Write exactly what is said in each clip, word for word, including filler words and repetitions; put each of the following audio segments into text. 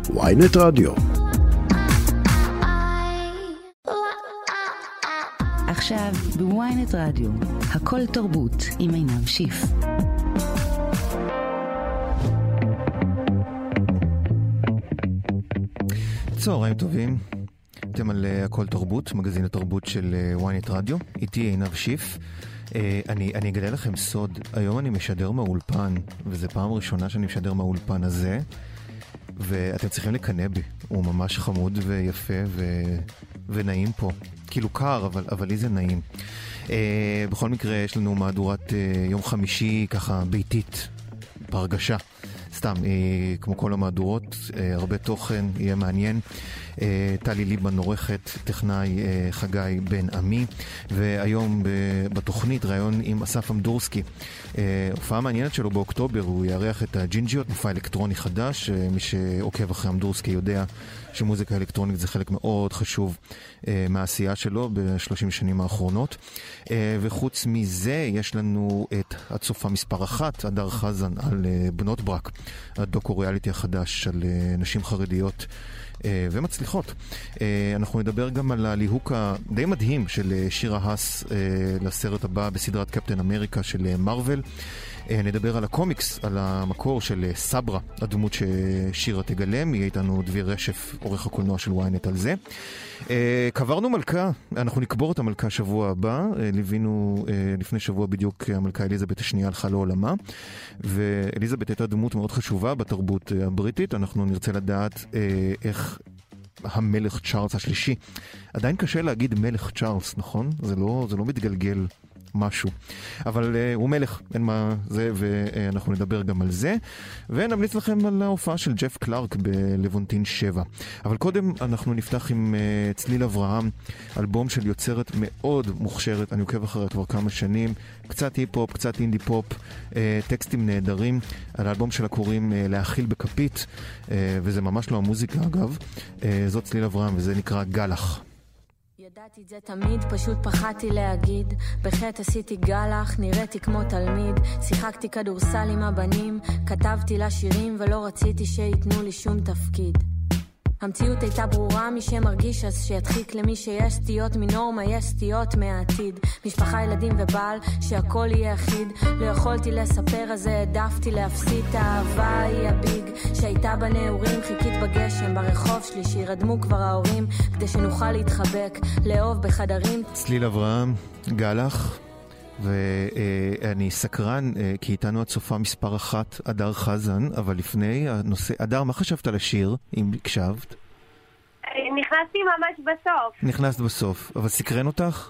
וויינט רדיו. עכשיו בוויינט רדיו, הכל תרבות עם עינב שיף. צהריים טובים, אתם על הכל תרבות, מגזין התרבות של וויינט רדיו, איתי עינב שיף. אני, אני אגלה לכם סוד, היום אני משדר מהאולפן, וזו פעם ראשונה שאני משדר מהאולפן הזה, ואתם צריכים לקנא בי, הוא ממש חמוד ויפה ו... ונעים פה, כאילו קר, אבל, אבל לי זה נעים. בכל מקרה, יש לנו מהדורת יום חמישי ככה ביתית, בהרגשה. סתם, כמו כל המהדורות, הרבה תוכן, יהיה מעניין. טלי ליבמן עורכת, טכנאי חגי בן עמי, והיום בתוכנית ראיון עם אסף אמדורסקי. הופעה מעניינת שלו באוקטובר, הוא יארח את הג'ינג'יות, מופע אלקטרוני חדש. מי שעוקב אחרי אמדורסקי יודע שמוזיקה אלקטרונית זה חלק מאוד חשוב מהעשייה שלו בשלושים שנים האחרונות. וחוץ מזה יש לנו את הצופה מספר אחת, הדר חזן, על בנות ברק, הדוקו ריאליטי החדש על נשים חרדיות ומצליחות. אנחנו נדבר גם על הליהוק הדי מדהים של שירה האס לסרט הבא בסדרת קפטן אמריקה של מרוול. נדבר על הקומיקס, על המקור של סברה, הדמות ששירה תגלם. יהיה איתנו דביר רשף, עורך הקולנוע של וויינט, על זה. קברנו מלכה, אנחנו נקבור את המלכה שבוע הבא. ליווינו לפני שבוע בדיוק המלכה אליזבת השנייה הלכה לעולמה, ואליזבת הייתה דמות מאוד חשובה בתרבות הבריטית. אנחנו נרצה לדעת איך המלך צ'ארלס השלישי, עדיין קשה להגיד מלך צ'ארלס, נכון? זה לא, זה לא מתגלגל משהו. אבל uh, הוא מלך, אין מה זה, ואנחנו נדבר גם על זה. ונמליץ לכם על ההופעה של ג'ף קלארק בלוונטין שבע. אבל קודם אנחנו נפתח עם uh, צליל אברהם, אלבום של יוצרת מאוד מוכשרת, אני עוקב אחריה כבר כמה שנים, קצת היפ-הופ, קצת אינדי-פופ, uh, טקסטים נהדרים. על האלבום שלה קוראים uh, להאכיל בכפית, uh, וזה ממש לא המוזיקה אגב. Uh, זאת צליל אברהם, וזה נקרא גלח. ידעתי את זה תמיד, פשוט פחדתי להגיד. בחטא עשיתי גלח, נראיתי כמו תלמיד. שיחקתי כדורסל עם הבנים, כתבתי לה שירים ולא רציתי שיתנו לי שום תפקיד. המציאות הייתה ברורה, מי שמרגיש אז שידחיק. למי שיש סטיות מנורמה, יש סטיות מהעתיד. משפחה, ילדים ובעל, שהכל יהיה אחיד. לא יכולתי לספר, אז העדפתי להפסיד. האהבה היא הביג שהייתה בנעורים, חיכית בגשם ברחוב שלי שירדמו כבר ההורים, כדי שנוכל להתחבק, לאהוב בחדרים. צליל אברהם, גלח. ואני סקרן, כי איתנו הצופה מספר אחת, הדר חזן, אבל לפני הנושא, הדר, מה חשבת על השיר, אם הקשבת? נכנסתי ממש בסוף. נכנסת בסוף, אבל סקרן אותך?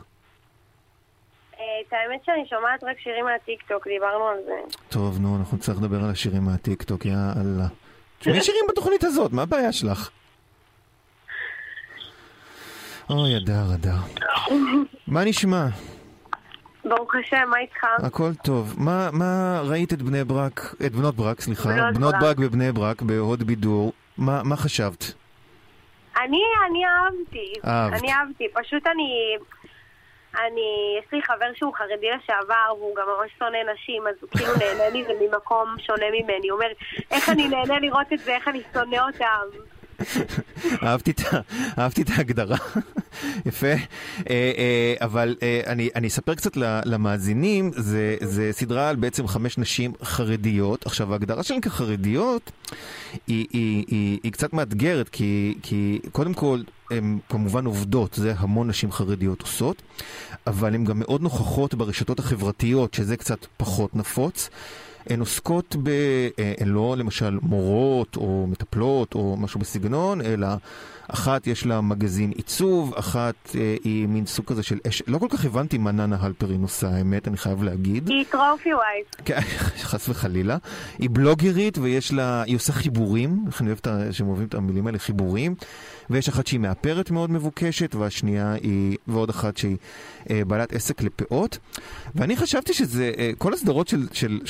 את האמת שאני שומעת רק שירים מהטיקטוק, דיברנו על זה. טוב, נו, אנחנו צריך לדבר על השירים מהטיקטוק, יא אללה. תשמעי שירים בתוכנית הזאת, מה הבעיה שלך? אוי, הדר, הדר. מה נשמע? ברוך השם, מה איתך? הכל טוב. מה, מה ראית את בני ברק, את בנות ברק, סליחה, בנות, בנות ברק. ברק בבני ברק, בהוד בידור. מה, מה חשבת? אני, אני אהבתי. אהבת. אני אהבתי. פשוט אני, אני, יש לי חבר שהוא חרדי לשעבר, והוא גם ממש שונא נשים, אז הוא כאילו נהנה לי, זה ממקום שונה ממני. הוא אומר, איך אני נהנה לראות את זה, איך אני שונא אותם. אהבתי את, אהבתי את ההגדרה. יפה. אבל אני, אני אספר קצת למאזינים, זה, זה סדרה על בעצם חמש נשים חרדיות. עכשיו, ההגדרה שלהן כחרדיות היא, היא, היא, היא קצת מאתגרת, כי, כי קודם כל, הן כמובן עובדות, זה המון נשים חרדיות עושות, אבל הן גם מאוד נוכחות ברשתות החברתיות, שזה קצת פחות נפוץ. הן עוסקות ב... הן לא למשל מורות או מטפלות או משהו בסגנון, אלא אחת יש לה מגזין עיצוב, אחת אה, היא מין סוג כזה של אש... לא כל כך הבנתי מה ננה הלפרין עושה, האמת, אני חייב להגיד. היא טרופי ווייט. כן, חס וחלילה. היא בלוגרית ויש לה... היא עושה חיבורים, אני אוהב שהם אוהבים את המילים האלה, חיבורים. ויש אחת שהיא מאפרת מאוד מבוקשת, והשנייה היא... ועוד אחת שהיא אה, בעלת עסק לפאות. ואני חשבתי שזה... אה, כל הסדרות של, של, של הוד בידור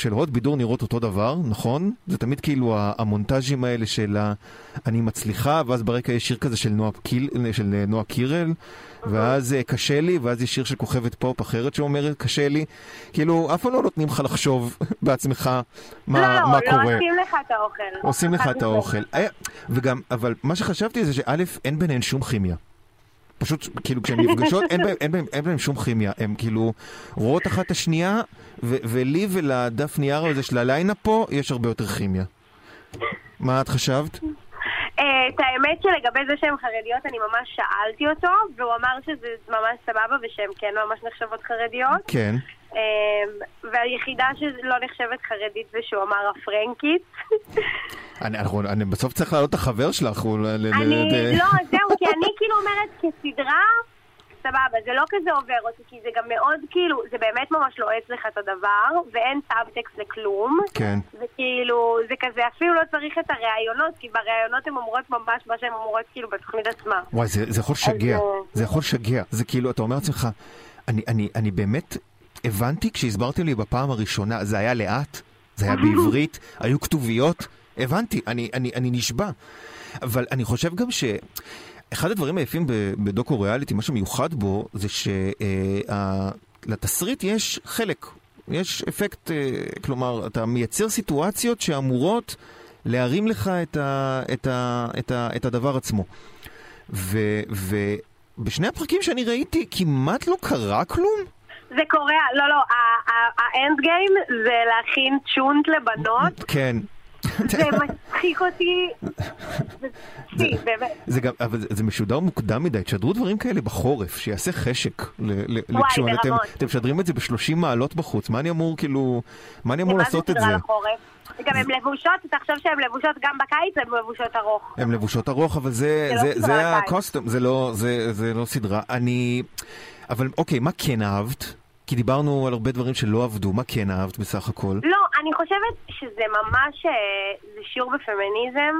בשידור נראות אותו דבר, נכון? זה תמיד כאילו המונטאז'ים האלה של אני מצליחה, ואז ברקע יש שיר כזה של נועה, קיל, של נועה קירל, ואז קשה לי, ואז יש שיר של כוכבת פופ אחרת שאומרת קשה לי. כאילו, אף פעם לא נותנים לך לחשוב בעצמך מה, לא, מה לא, קורה. לא, עושים לך את האוכל. עושים לך את האוכל. וגם, אבל מה שחשבתי זה שא' אין ביניהן שום כימיה. פשוט, כאילו, כשהן נפגשות, אין בהם, אין בהם, אין בהם שום כימיה. הם כאילו רואות אחת השנייה, ו- ולי ולדף נייר הזה של הלילה פה, יש הרבה יותר כימיה. מה את חשבת? את האמת שלגבי זה שהן חרדיות, אני ממש שאלתי אותו, והוא אמר שזה ממש סבבה, ושהן כן ממש נחשבות חרדיות. כן. והיחידה שלא נחשבת חרדית זה שהוא אמר הפרנקית. אני בסוף צריך לעלות את החבר שלך. אני, לא, זהו, כי אני כאילו אומרת כסדרה, סבבה, זה לא כזה עובר אותי, כי זה גם מאוד כאילו, זה באמת ממש לועץ לך את הדבר, ואין סאבטקסט לכלום. כן. וכאילו, זה כזה, אפילו לא צריך את הראיונות, כי בראיונות הן אומרות ממש מה שהן אומרות כאילו בתוכנית עצמה. וואי, זה, זה יכול שגע, זה יכול שגע. זה כאילו, אתה אומר לעצמך, אני, אני, אני באמת הבנתי כשהסברתי לי בפעם הראשונה, זה היה לאט, זה היה בעברית, היו כתוביות, הבנתי, אני, אני, אני נשבע. אבל אני חושב גם ש... אחד הדברים היפים בדוקו ריאליטי, מה שמיוחד בו, זה שלתסריט יש חלק, יש אפקט, כלומר, אתה מייצר סיטואציות שאמורות להרים לך את, ה, את, ה, את, ה, את הדבר עצמו. ובשני הפרקים שאני ראיתי, כמעט לא קרה כלום. זה קורה, לא, לא, האנד גיים זה להכין צ'ונט לבנות. כן. זה מצחיק אותי. זה גם, אבל זה משודר מוקדם מדי. תשדרו דברים כאלה בחורף, שיעשה חשק. וואי, ברמות. אתם משדרים את זה ב-שלושים מעלות בחוץ. מה אני אמור, כאילו, מה אני אמור לעשות את זה? גם הן לבושות, אתה חושב שהן לבושות גם בקיץ, הן לבושות ארוך. הן לבושות ארוך, אבל זה הקוסטום, זה לא סדרה. אני, אבל אוקיי, מה כן אהבת? כי דיברנו על הרבה דברים שלא עבדו. מה כן אהבת בסך הכל? לא, אני חושבת שזה ממש, זה שיעור בפמיניזם,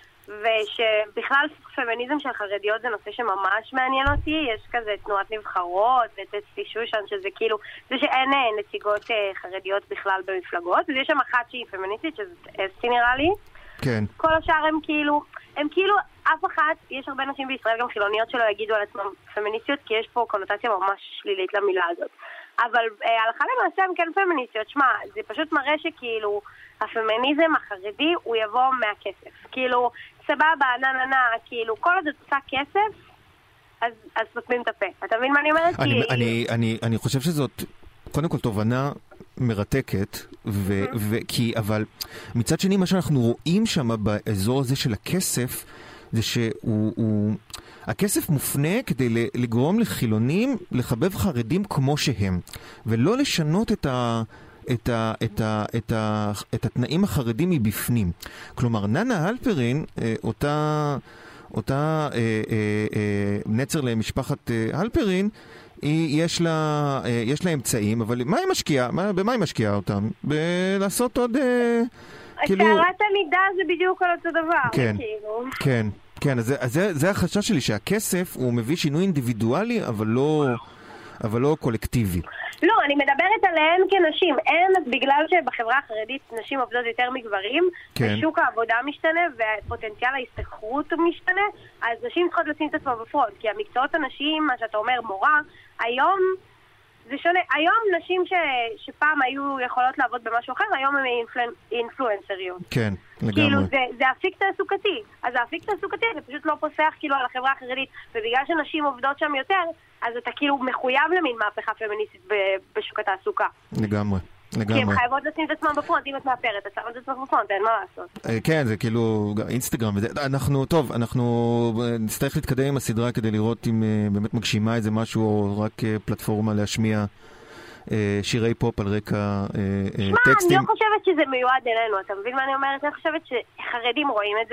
ושבכלל פמיניזם של חרדיות זה נושא שממש מעניין אותי. יש כזה תנועת נבחרות וטסטי שושן, שזה כאילו, זה שאין נציגות חרדיות בכלל במפלגות, ויש שם אחת שהיא פמיניסטית, שזה אסתי נראה לי. כן. כל השאר הם כאילו, הם כאילו, אף אחת, יש הרבה נשים בישראל גם חילוניות שלא יגידו על עצמם פמיניסטיות, כי יש פה קונוטציה ממש שלילית למילה הזאת. אבל הלכה למעשה הם כן פמיניסטיות. שמה, זה פשוט מראה שכאילו הפמיניזם החרדי הוא יבוא מהכסף. כאילו, סבבה, נה נה נה, כאילו, כל עוד את עושה כסף, אז, אז סותמים את הפה. אתה מבין מה אני אומרת? אני, כי... אני, אני, אני חושב שזאת, קודם כל, תובנה מרתקת, ו, ו, כי, אבל מצד שני, מה שאנחנו רואים שם באזור הזה של הכסף, זה שהוא, הוא, הכסף מופנה כדי לגרום לחילונים לחבב חרדים כמו שהם, ולא לשנות את ה... את, ה, את, ה, את, ה, את התנאים החרדים מבפנים. כלומר, ננה הלפרין, אותה, אותה אה, אה, אה, נצר למשפחת אה, הלפרין, היא, יש, לה, אה, יש לה אמצעים, אבל מה היא משקיעה? מה, במה היא משקיעה אותם? בלעשות עוד... אה, כאילו... תארת המידה זה בדיוק על אותו דבר. כן, כאילו. כן, כן. אז זה, אז זה, זה החשש שלי, שהכסף הוא מביא שינוי אינדיבידואלי, אבל לא, אבל לא קולקטיבי. לא, אני מדברת עליהן כנשים. אין, בגלל שבחברה החרדית נשים עובדות יותר מגברים, כן. שוק העבודה משתנה ופוטנציאל ההסתכרות משתנה, אז נשים צריכות לשים את עצמו בפרונט, כי המקצועות הנשיים, מה שאתה אומר מורה, היום זה שונה. היום נשים ש, שפעם היו יכולות לעבוד במשהו אחר, היום הן אינפלואנ, אינפלואנסריות. כן, לגמרי. כאילו זה, זה אפיק תעסוקתי. אז האפיק תעסוקתי זה פשוט לא פוסח כאילו על החברה החרדית, ובגלל שנשים עובדות שם יותר, אז אתה כאילו מחויב למין מהפכה פמיניסטית בשוק התעסוקה. לגמרי, לגמרי. כי הן חייבות לשים את עצמם בפרונט, אם את מאפרת, את שמת את עצמך בפרונט, אין מה לעשות. כן, זה כאילו אינסטגרם וזה. אנחנו, טוב, אנחנו נצטרך להתקדם עם הסדרה כדי לראות אם באמת מגשימה איזה משהו, או רק פלטפורמה להשמיע שירי פופ על רקע טקסטים. שמע, אני לא חושבת שזה מיועד אלינו, אתה מבין מה אני אומרת? אני חושבת שחרדים רואים את זה,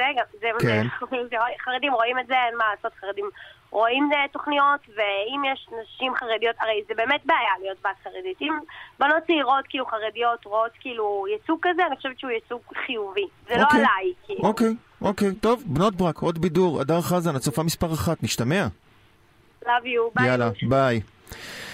חרדים רואים את זה, אין מה לעשות, חרדים רואים תוכניות, ואם יש נשים חרדיות, הרי זה באמת בעיה להיות בת חרדית. אם בנות צעירות כאילו חרדיות רואות כאילו ייצוג כזה, אני חושבת שהוא ייצוג חיובי. זה לא עליי. אוקיי, אוקיי, טוב, בנות ברק, עוד בידור, הדר חזן, הצופה מספר אחת, נשתמע? Love you, ביי. יאללה, ביי.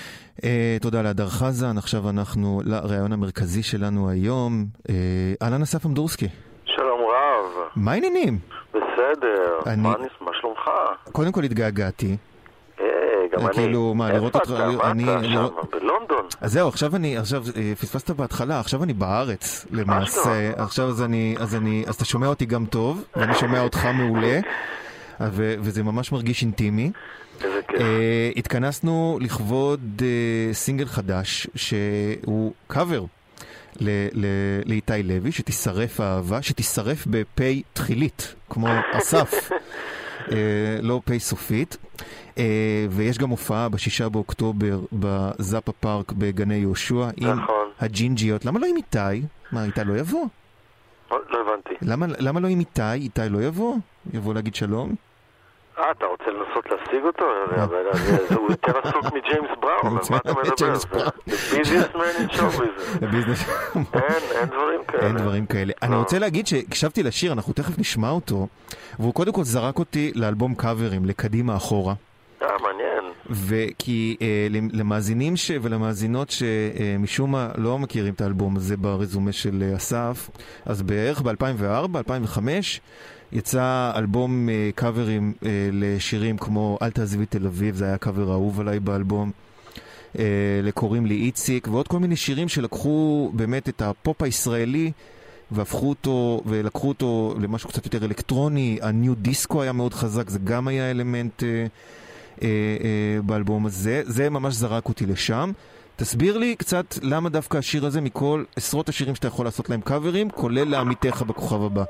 תודה להדר חזן. עכשיו אנחנו לרעיון המרכזי שלנו היום. אהלן אסף אמדורסקי. שלום רב. מה העניינים? בסדר. מה שלומך? קודם כל התגעגעתי. גם אני. כאילו, מה, לראות אותך... אני... בלונדון. אז זהו, עכשיו אני, עכשיו, פספסת בהתחלה, עכשיו אני בארץ, למעשה. עכשיו אז אני, אז אני, אז אתה שומע אותי גם טוב, ואני שומע אותך מעולה, וזה ממש מרגיש אינטימי. איזה כיף. התכנסנו לכבוד סינגל חדש, שהוא קאבר לאיתי לוי, שתשרף האהבה, שתשרף בפי תחילית, כמו אסף. לא פי סופית. ויש גם הופעה בשישה באוקטובר בזאפה פארק בגני יהושע עם הג'ינג'יות. למה לא עם איתי? מה, איתי לא יבוא? לא הבנתי. למה לא עם איתי? איתי לא יבוא? יבוא להגיד שלום? אה, אתה רוצה לנסות להשיג אותו? הוא יותר עסוק מג'יימס בראון, אז מה אתה מדבר? The business man in show business. אין דברים כאלה. אין דברים כאלה. אני רוצה להגיד שהקשבתי לשיר, אנחנו תכף נשמע אותו, והוא קודם כל זרק אותי לאלבום קאברים, לקדימה אחורה. אה, מעניין. וכי למאזינים ולמאזינות שמשום מה לא מכירים את האלבום הזה ברזומה של אסף, אז בערך ב-אלפיים וארבע אלפיים וחמש יצא אלבום קאברים לשירים כמו אל תעזבי תל אביב, זה היה קאבר אהוב עליי באלבום, לקוראים לי איציק, ועוד כל מיני שירים שלקחו באמת את הפופ הישראלי והפכו אותו ולקחו אותו למשהו קצת יותר אלקטרוני. הניו דיסקו היה מאוד חזק, זה גם היה אלמנט אה, אה, אה, באלבום הזה. זה ממש זרק אותי לשם. תסביר לי קצת למה דווקא השיר הזה מכל עשרות השירים שאתה יכול לעשות להם קאברים, כולל לעמיתך בכוכב הבא.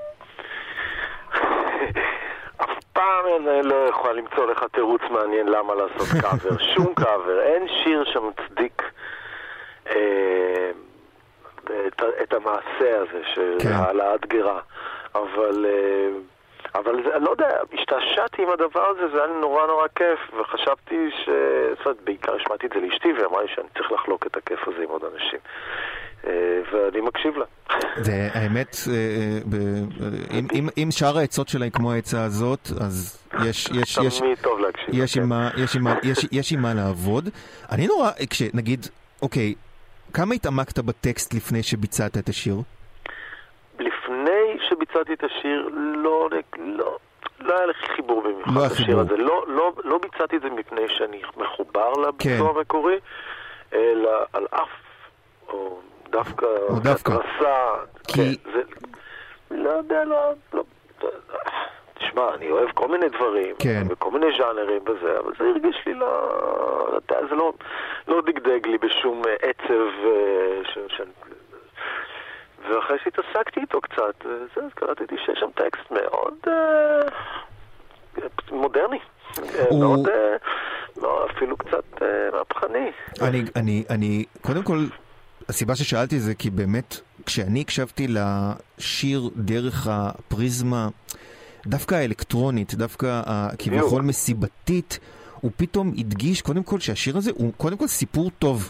אני לא יכול למצוא לך תירוץ מעניין למה לעשות קאבר. שום קאבר. אין שיר שמצדיק אה, את, את המעשה הזה של העלאת גירה. אבל, אה, אבל זה, אני לא יודע, השתעשעתי עם הדבר הזה, זה היה נורא נורא כיף, וחשבתי ש... זאת אומרת, בעיקר השמעתי את זה לאשתי, ואמרה לי שאני צריך לחלוק את הכיף הזה עם עוד אנשים. ואני מקשיב לה. זה האמת, אם שאר העצות שלה כמו העצה הזאת, אז יש תמיד טוב להקשיב. יש עם מה לעבוד. אני נורא, כשנגיד, אוקיי, כמה התעמקת בטקסט לפני שביצעת את השיר? לפני שביצעתי את השיר, לא לא היה לך חיבור במיוחד לא לשיר הזה. לא, לא, לא ביצעתי את זה מפני שאני מחובר לביצוע המקורי, אלא על אף או דווקא או דווקא רסה, כי כן, זה לא יודע, לא, לא תשמע, אני אוהב כל מיני דברים, כן, וכל מיני ז'אנרים בזה, אבל זה הרגיש לי לא, זה לא, לא דגדג לי בשום עצב ש... ש... ואחרי שהתעסקתי איתו קצת, זה, אז קראתי שיש שם טקסט מאוד אה, מודרני, הוא... מאוד, אה, לא, אפילו קצת אה, מהפכני. אני, אני, אני, קודם כל, הסיבה ששאלתי זה כי באמת, כשאני הקשבתי לשיר דרך הפריזמה, דווקא האלקטרונית, דווקא כביכול מסיבתית, הוא פתאום הדגיש, קודם כל, שהשיר הזה הוא קודם כל סיפור טוב.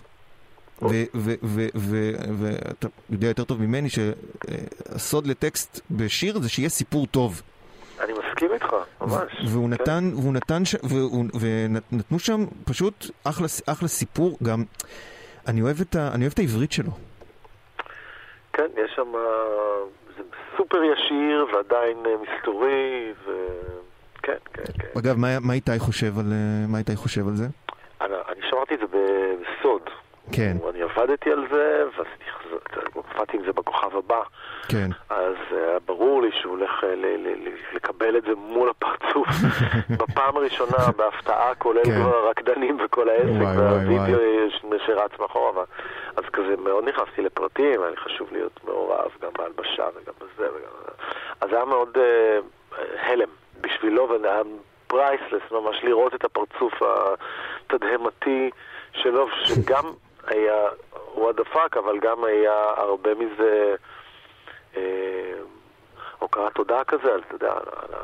ואתה יודע יותר טוב ממני שהסוד לטקסט בשיר זה שיהיה סיפור טוב. אני מסכים איתך, ממש. והוא נתן, והוא נתן, ונתנו שם פשוט אחלה סיפור. גם אני אוהב את העברית שלו. כן, יש שם, זה סופר ישיר ועדיין מסתורי, וכן, כן, כן. אגב, מה איתי חושב על, מה איתי חושב על זה? אני שמעתי את זה בסוד. כן. אני עבדתי על זה, והופעתי עם זה בכוכב הבא. כן. אז ברור לי שהוא הולך לקבל את זה מול הפרצוף. בפעם הראשונה, בהפתעה, כולל כבר הרקדנים וכל העסק, והווידאו שרץ מאחורה. אז כזה מאוד נכנסתי לפרטים, היה לי חשוב להיות מעורב גם בהלבשה וגם בזה. אז זה היה מאוד הלם בשבילו, והיה פרייסלס, ממש לראות את הפרצוף התדהמתי שלו, שגם היה what the fuck, אבל גם היה הרבה מזה אה, הוקרת תודה כזה, אתה יודע,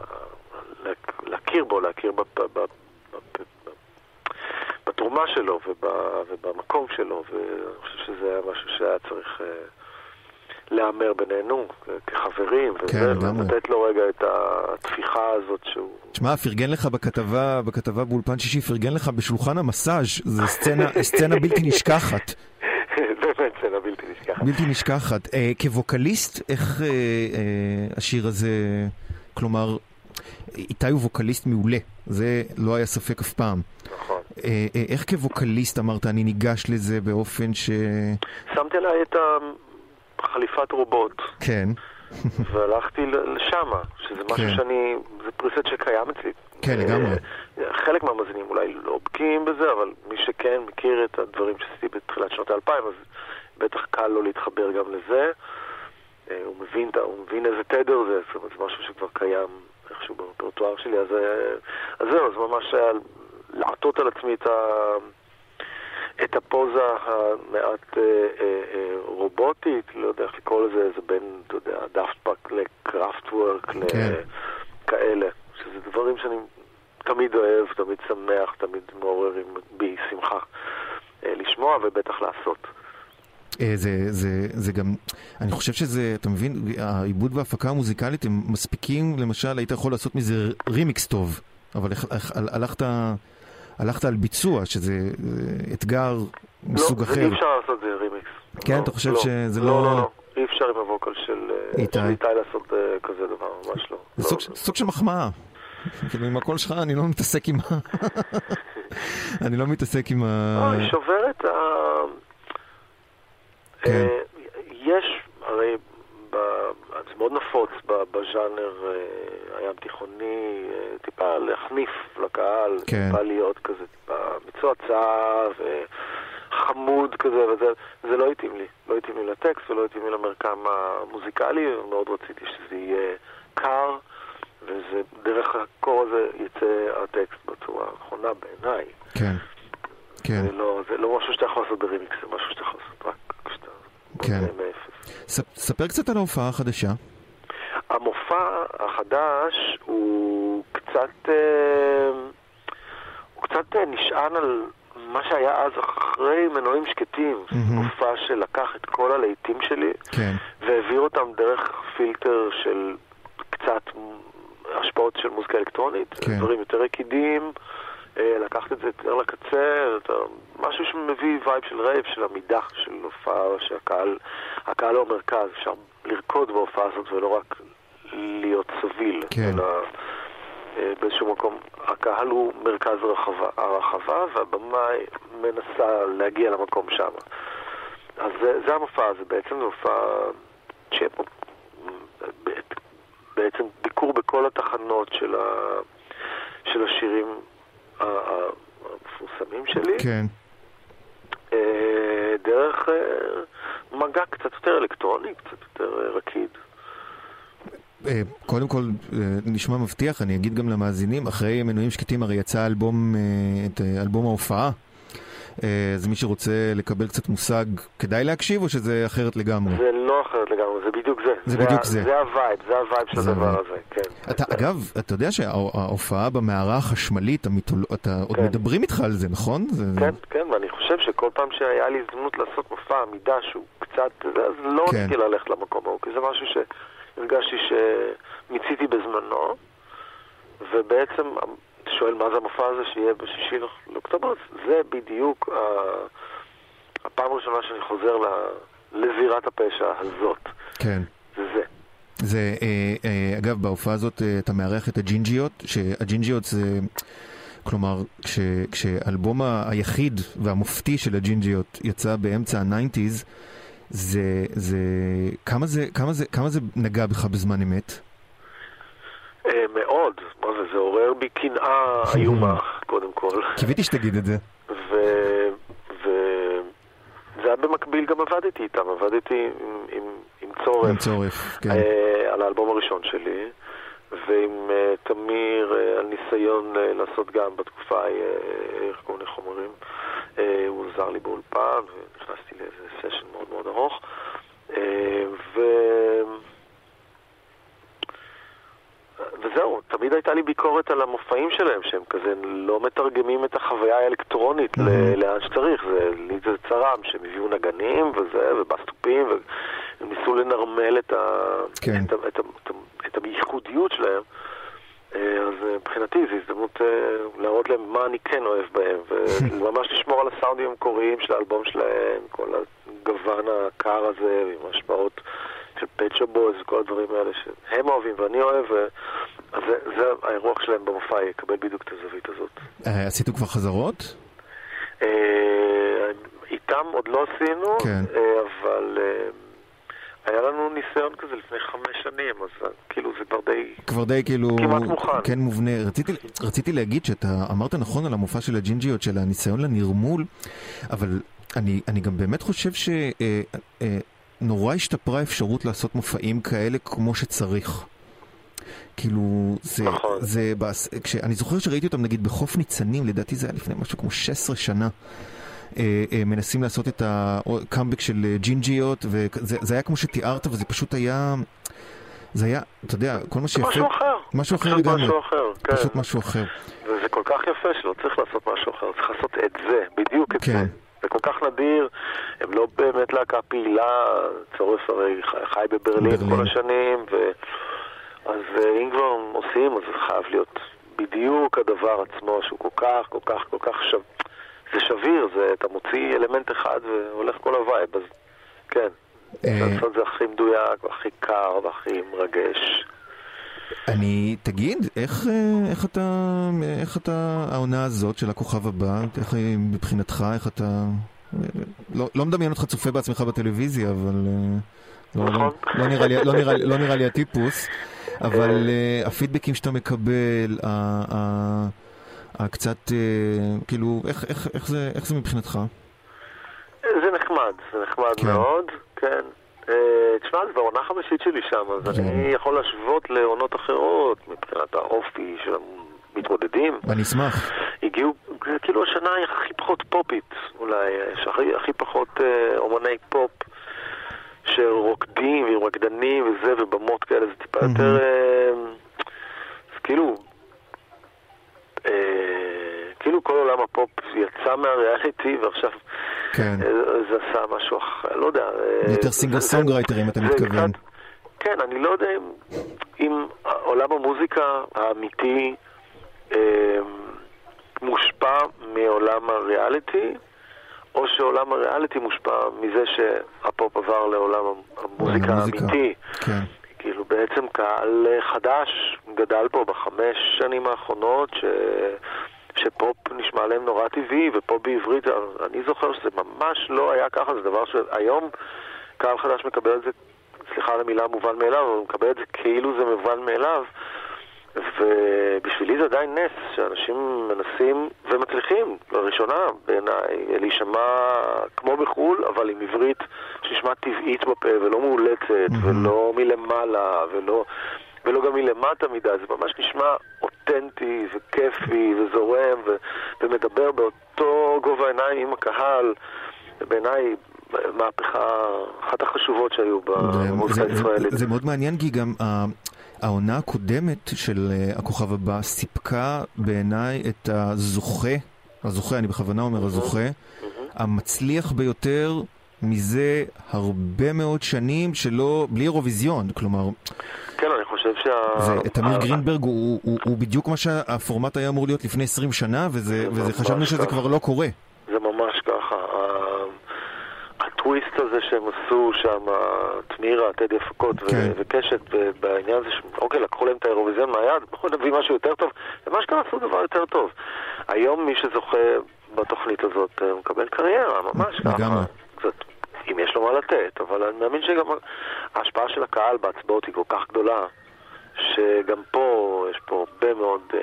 להכיר בו, להכיר בתרומה שלו ובמקום שלו, ואני חושב שזה היה משהו שהיה צריך להאמר בינינו, כחברים, וזה, לתת לו רגע את התפיחה הזאת שהוא... תשמע, פרגן לך בכתבה, בכתבה באולפן שישי, פרגן לך בשולחן המסאז', זה סצנה, סצנה בלתי נשכחת. באמת סצנה בלתי נשכחת. בלתי נשכחת. אה, כווקליסט, איך אה, אה, השיר הזה, כלומר, איתי הוא ווקליסט מעולה, זה לא היה ספק אף פעם. נכון. אה, אה, איך כווקליסט אמרת, אני ניגש לזה באופן ש... שמתי עליי את החליפת רובוט. כן. והלכתי לשם, שזה משהו כן. שאני, זה פריסט שקיים אצלי. כן, לגמרי. חלק מהמאזינים אולי לא בקיאים בזה, אבל מי שכן מכיר את הדברים שעשיתי בתחילת שנות האלפיים, אז בטח קל לו להתחבר גם לזה. הוא מבין, הוא מבין איזה תדר זה, זאת אומרת, זה משהו שכבר קיים איכשהו ברפרטואר שלי, אז, אז זהו, אז ממש היה לעטות על עצמי את, ה, את הפוזה המעט אה, אה, רובוטית, לא יודע איך לקרוא לזה, זה בין, אתה יודע, דאפט-פאק לקראפט-וורק, כן. לכאלה, שזה דברים שאני תמיד אוהב, תמיד שמח, תמיד מעוררים בי שמחה אה, לשמוע ובטח לעשות. זה, זה, זה גם, אני חושב שזה, אתה מבין, העיבוד וההפקה המוזיקלית הם מספיקים, למשל, היית יכול לעשות מזה רימיקס טוב, אבל הלכת, הלכת על ביצוע, שזה אתגר מסוג אחר. לא, אי אפשר לעשות זה רימיקס. כן, אתה חושב שזה לא... לא, לא, לא, אי אפשר עם הווקל של איתי לעשות כזה דבר, ממש לא. זה סוג של מחמאה. כאילו, עם הקול שלך אני לא מתעסק עם ה... אני לא מתעסק עם ה... היא שוברת ה... כן. יש, הרי זה מאוד נפוץ בז'אנר הים תיכוני, טיפה להחניף לקהל, כן. טיפה להיות כזה, טיפה מצועצע וחמוד כזה, וזה זה לא התאים לי, לא התאים לי לטקסט ולא התאים לי למרקם המוזיקלי, ומאוד רציתי שזה יהיה קר, וזה דרך הקור הזה יצא הטקסט בצורה נכונה בעיניי. כן, כן. זה לא, זה לא משהו שאתה יכול לעשות ברימיקס, זה משהו שאתה יכול לעשות רק כשאתה... כן. ספר קצת על ההופעה החדשה. המופע החדש הוא קצת הוא קצת נשען על מה שהיה אז אחרי מנועים שקטים. מופע שלקח את כל הלהיטים שלי והעביר אותם דרך פילטר של קצת השפעות של מוזיקה אלקטרונית, דברים יותר רקידים, לקחת את זה יותר לקצה, משהו שמביא וייב של רייב, של עמידה, של הופעה, שהקהל הקהל הוא המרכז, אפשר לרקוד בהופעה הזאת ולא רק להיות סביל, כן. אלא באיזשהו מקום הקהל הוא מרכז הרחבה, הרחבה והבמאי מנסה להגיע למקום שם. אז זה, זה המופע, זה בעצם מופע צ'פו, בעצם ביקור בכל התחנות של, ה, של השירים המפורסמים שלי. כן. דרך מגע קצת יותר אלקטרוני, קצת יותר רקיד. קודם כל, נשמע מבטיח, אני אגיד גם למאזינים, אחרי מנועים שקטים הרי יצא אלבום, את אלבום ההופעה. אז מי שרוצה לקבל קצת מושג, כדאי להקשיב או שזה אחרת לגמרי? זה לא אחרת לגמרי, זה בדיוק זה. זה בדיוק זה. זה הווייב, זה הווייב של הדבר הזה, כן. אתה, אגב, אתה יודע שההופעה במערה החשמלית, אתה עוד מדברים איתך על זה, נכון? כן, כן, ואני חושב שכל פעם שהיה לי הזדמנות לעשות מופע עמידה שהוא קצת, אז לא רציתי ללכת למקום ההוא, כי זה משהו שהרגשתי שמיציתי בזמנו, ובעצם... שואל מה זה המופע הזה שיהיה בשישי לאוקטובר, זה בדיוק הפעם הראשונה שאני חוזר לזירת הפשע הזאת. כן. זה זה. זה, אגב, בהופעה הזאת אתה מארח את הג'ינג'יות, שהג'ינג'יות זה, כלומר, כשאלבום היחיד והמופתי של הג'ינג'יות יצא באמצע ה-תשעים, זה, זה, כמה זה, כמה זה, כמה זה נגע בך בזמן אמת? מאוד, מה זה, זה עורר בי קנאה איומה, קודם כל. קיוויתי שתגיד את זה. וזה היה במקביל, גם עבדתי איתם, עבדתי עם צורף. עם צורף, כן. על האלבום הראשון שלי, ועם תמיר על ניסיון לעשות גם בתקופה, איך קוראים לחומרים, הוא עזר לי באולפן, ונכנסתי לאיזה סשן מאוד מאוד ארוך, ו... וזהו, תמיד הייתה לי ביקורת על המופעים שלהם, שהם כזה לא מתרגמים את החוויה האלקטרונית לאן שצריך. זה לי זה צרם, שהם הביאו נגנים וזה, ובסטופים, הם ניסו לנרמל את, ה, כן. את, ה, את, ה, את, ה, את הייחודיות שלהם. אז מבחינתי זו הזדמנות להראות להם מה אני כן אוהב בהם, וממש לשמור על הסאונדים המקוריים של האלבום שלהם, כל הגוון הקר הזה, עם השפעות של פט שופ בויז וכל הדברים האלה שהם אוהבים ואני אוהב, אז זה, זה האירוח שלהם במופע, יקבל בדיוק את הזווית הזאת. עשיתו כבר חזרות? איתם עוד לא עשינו, כן. אבל היה לנו ניסיון כזה לפני חמש שנים, אז כאילו זה כבר די... כבר די כאילו... כמעט מוכן. כן, מובנה. רציתי, רציתי להגיד שאתה אמרת נכון על המופע של הג'ינג'יות, של הניסיון לנרמול, אבל אני, אני גם באמת חושב ש... אה, אה, נורא השתפרה אפשרות לעשות מופעים כאלה כמו שצריך. כאילו, זה... נכון. זה בס... כש... אני זוכר שראיתי אותם נגיד בחוף ניצנים, לדעתי זה היה לפני משהו כמו שש עשרה שנה. אה, אה, מנסים לעשות את הקאמבק של ג'ינג'יות, וזה היה כמו שתיארת, וזה פשוט היה... זה היה, אתה יודע, כל מה שיפה... משהו אחר. משהו אחר לגמרי. משהו אחר, כן. פשוט משהו אחר. וזה כל כך יפה שלא צריך לעשות משהו אחר, צריך לעשות את זה, בדיוק את כן. זה. זה כל כך נדיר, הם לא באמת להקה פעילה, צורף הרי חי בברלין ברלין. כל השנים, ו... אז אם כבר עושים, אז זה חייב להיות בדיוק הדבר עצמו, שהוא כל כך, כל כך, כל כך שו... זה שביר, זה, אתה מוציא אלמנט אחד והולך כל הווייב, אז כן. לעשות זה הכי מדויק, והכי קר, והכי מרגש. אני, תגיד, איך, איך אתה, איך אתה, העונה הזאת של הכוכב הבא, איך מבחינתך, איך אתה, לא, לא מדמיין אותך צופה בעצמך בטלוויזיה, אבל לא, לא, לא נראה לי, לא נראה, לא נראה לי הטיפוס, אבל הפידבקים שאתה מקבל, הקצת, כאילו, איך, איך, איך זה, איך זה מבחינתך? זה נחמד, זה נחמד כן. מאוד, כן. תשמע, זה בעונה חמישית שלי שם, אז אני יכול להשוות לעונות אחרות מבחינת האופי של המתמודדים. אני אשמח. הגיעו, כאילו השנה היא הכי פחות פופית, אולי, הכי, הכי פחות אומני פופ שרוקדים ורקדנים וזה ובמות כאלה, זה טיפה יותר, אז כאילו, כאילו כל עולם הפופ יצא מהריאליטי ועכשיו כן. זה עשה משהו אחר, לא יודע. יותר סינגר סונגרייטר אם אתה מתכוון. כן, אני לא יודע אם, אם עולם המוזיקה האמיתי אה, מושפע מעולם הריאליטי, או שעולם הריאליטי מושפע מזה שהפופ עבר לעולם המוזיקה האמיתי. כן. כאילו בעצם קהל חדש גדל פה בחמש שנים האחרונות ש... שפופ נשמע להם נורא טבעי, ופופ בעברית, אני זוכר שזה ממש לא היה ככה, זה דבר שהיום קהל חדש מקבל את זה, סליחה על המילה מובן מאליו, אבל הוא מקבל את זה כאילו זה מובן מאליו, ובשבילי זה עדיין נס, שאנשים מנסים ומצליחים, לראשונה בעיניי, להישמע כמו בחול, אבל עם עברית שנשמע טבעית בפה, ולא מאולצת, mm-hmm. ולא מלמעלה, ולא... ולא גם מלמטה מדי, זה ממש נשמע אותנטי וכיפי וזורם ו- ומדבר באותו גובה עיניים עם הקהל, ובעיניי מהפכה, אחת החשובות שהיו במוזיקה הישראלית. זה, זה מאוד מעניין, כי גם העונה הקודמת של הכוכב הבא סיפקה בעיניי את הזוכה, הזוכה, אני בכוונה אומר הזוכה, המצליח ביותר מזה הרבה מאוד שנים שלא, בלי אירוויזיון, כלומר... כן, אני חושב שה... זה, תמיר גרינברג הוא, הוא, הוא בדיוק מה שהפורמט היה אמור להיות לפני עשרים שנה, וזה, וזה חשבנו שזה כבר לא קורה. זה ממש ככה. הטוויסט הזה שהם עשו שם, תמירה, טדי הפקות כן. וקשת, בעניין הזה, אוקיי, לקחו להם את האירוויזיון מהיד, בואו נביא משהו יותר טוב, ומה שכאן עשו דבר יותר טוב. היום מי שזוכה בתוכנית הזאת מקבל קריירה, ממש ככה. קצת, אם יש לו מה לתת, אבל אני מאמין שגם ההשפעה של הקהל בהצבעות היא כל כך גדולה, שגם פה יש פה הרבה מאוד אה,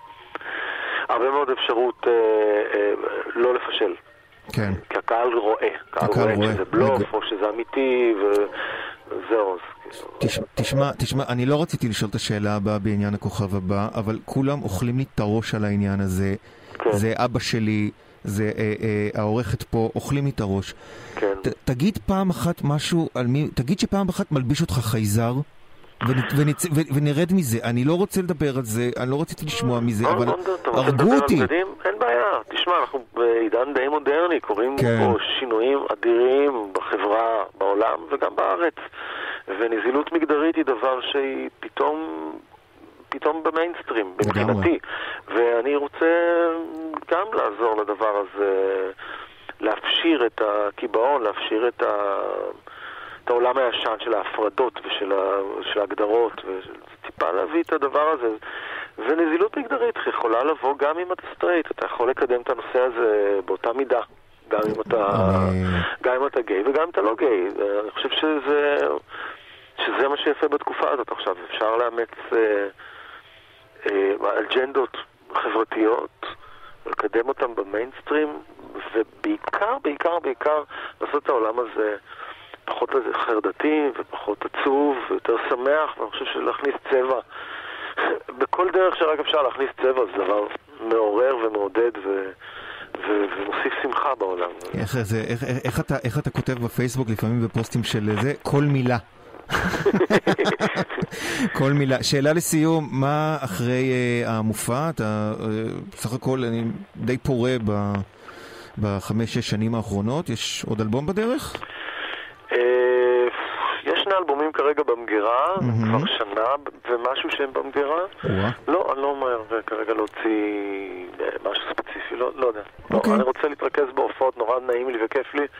הרבה מאוד אפשרות אה, אה, לא לפשל. כן. כי הקהל רואה, הקהל רואה, רואה שזה בלוף רגע. או שזה אמיתי וזהו. תשמע, תשמע, תשמע, אני לא רציתי לשאול את השאלה הבאה בעניין הכוכב הבא, אבל כולם אוכלים לי את הראש על העניין הזה. כן. זה אבא שלי, זה אה, אה, העורכת פה, אוכלים לי את הראש. כן. ת, תגיד פעם אחת משהו על מי, תגיד שפעם אחת מלביש אותך חייזר, ונצ... ו... ונרד מזה. אני לא רוצה לדבר על זה, אני לא רציתי לשמוע מזה, אבל הרגו אותי. אין בעיה, תשמע, אנחנו בעידן די מודרני, קוראים פה שינויים אדירים בחברה, בעולם וגם בארץ. ונזילות מגדרית היא דבר שהיא פתאום, פתאום במיינסטרים, מבחינתי. ואני רוצה גם לעזור לדבר הזה, להפשיר את הקיבעון, להפשיר את, ה... את העולם הישן של ההפרדות ושל ה... של ההגדרות, וטיפה להביא את הדבר הזה. ונזילות מגדרית יכולה לבוא גם אם אתה סטרייט, אתה יכול לקדם את הנושא הזה באותה מידה, גם אם אתה, גם אם אתה גיי וגם אם אתה לא גיי. אני חושב שזה, שזה מה שיפה בתקופה הזאת עכשיו. אפשר לאמץ אה, אה, אג'נדות חברתיות, לקדם אותם במיינסטרים, ובעיקר, בעיקר, בעיקר לעשות את העולם הזה פחות חרדתי ופחות עצוב ויותר שמח, ואני חושב שלהכניס צבע בכל דרך שרק אפשר להכניס צבע, זה דבר מעורר ומעודד ו... ו... ומוסיף שמחה בעולם. איך, זה, איך, איך, אתה, איך אתה כותב בפייסבוק לפעמים בפוסטים של זה? כל מילה. כל מילה. שאלה לסיום, מה אחרי uh, המופע? אתה uh, בסך הכל אני די פורה ב... בחמש-שש שנים האחרונות. יש עוד אלבום בדרך? יש שני אלבומים כרגע במגירה, כבר שנה ומשהו שהם במגירה. לא, אני לא אומר כרגע להוציא משהו ספציפי, לא יודע. אני רוצה להתרכז בהופעות, נורא נעים לי וכיף לי,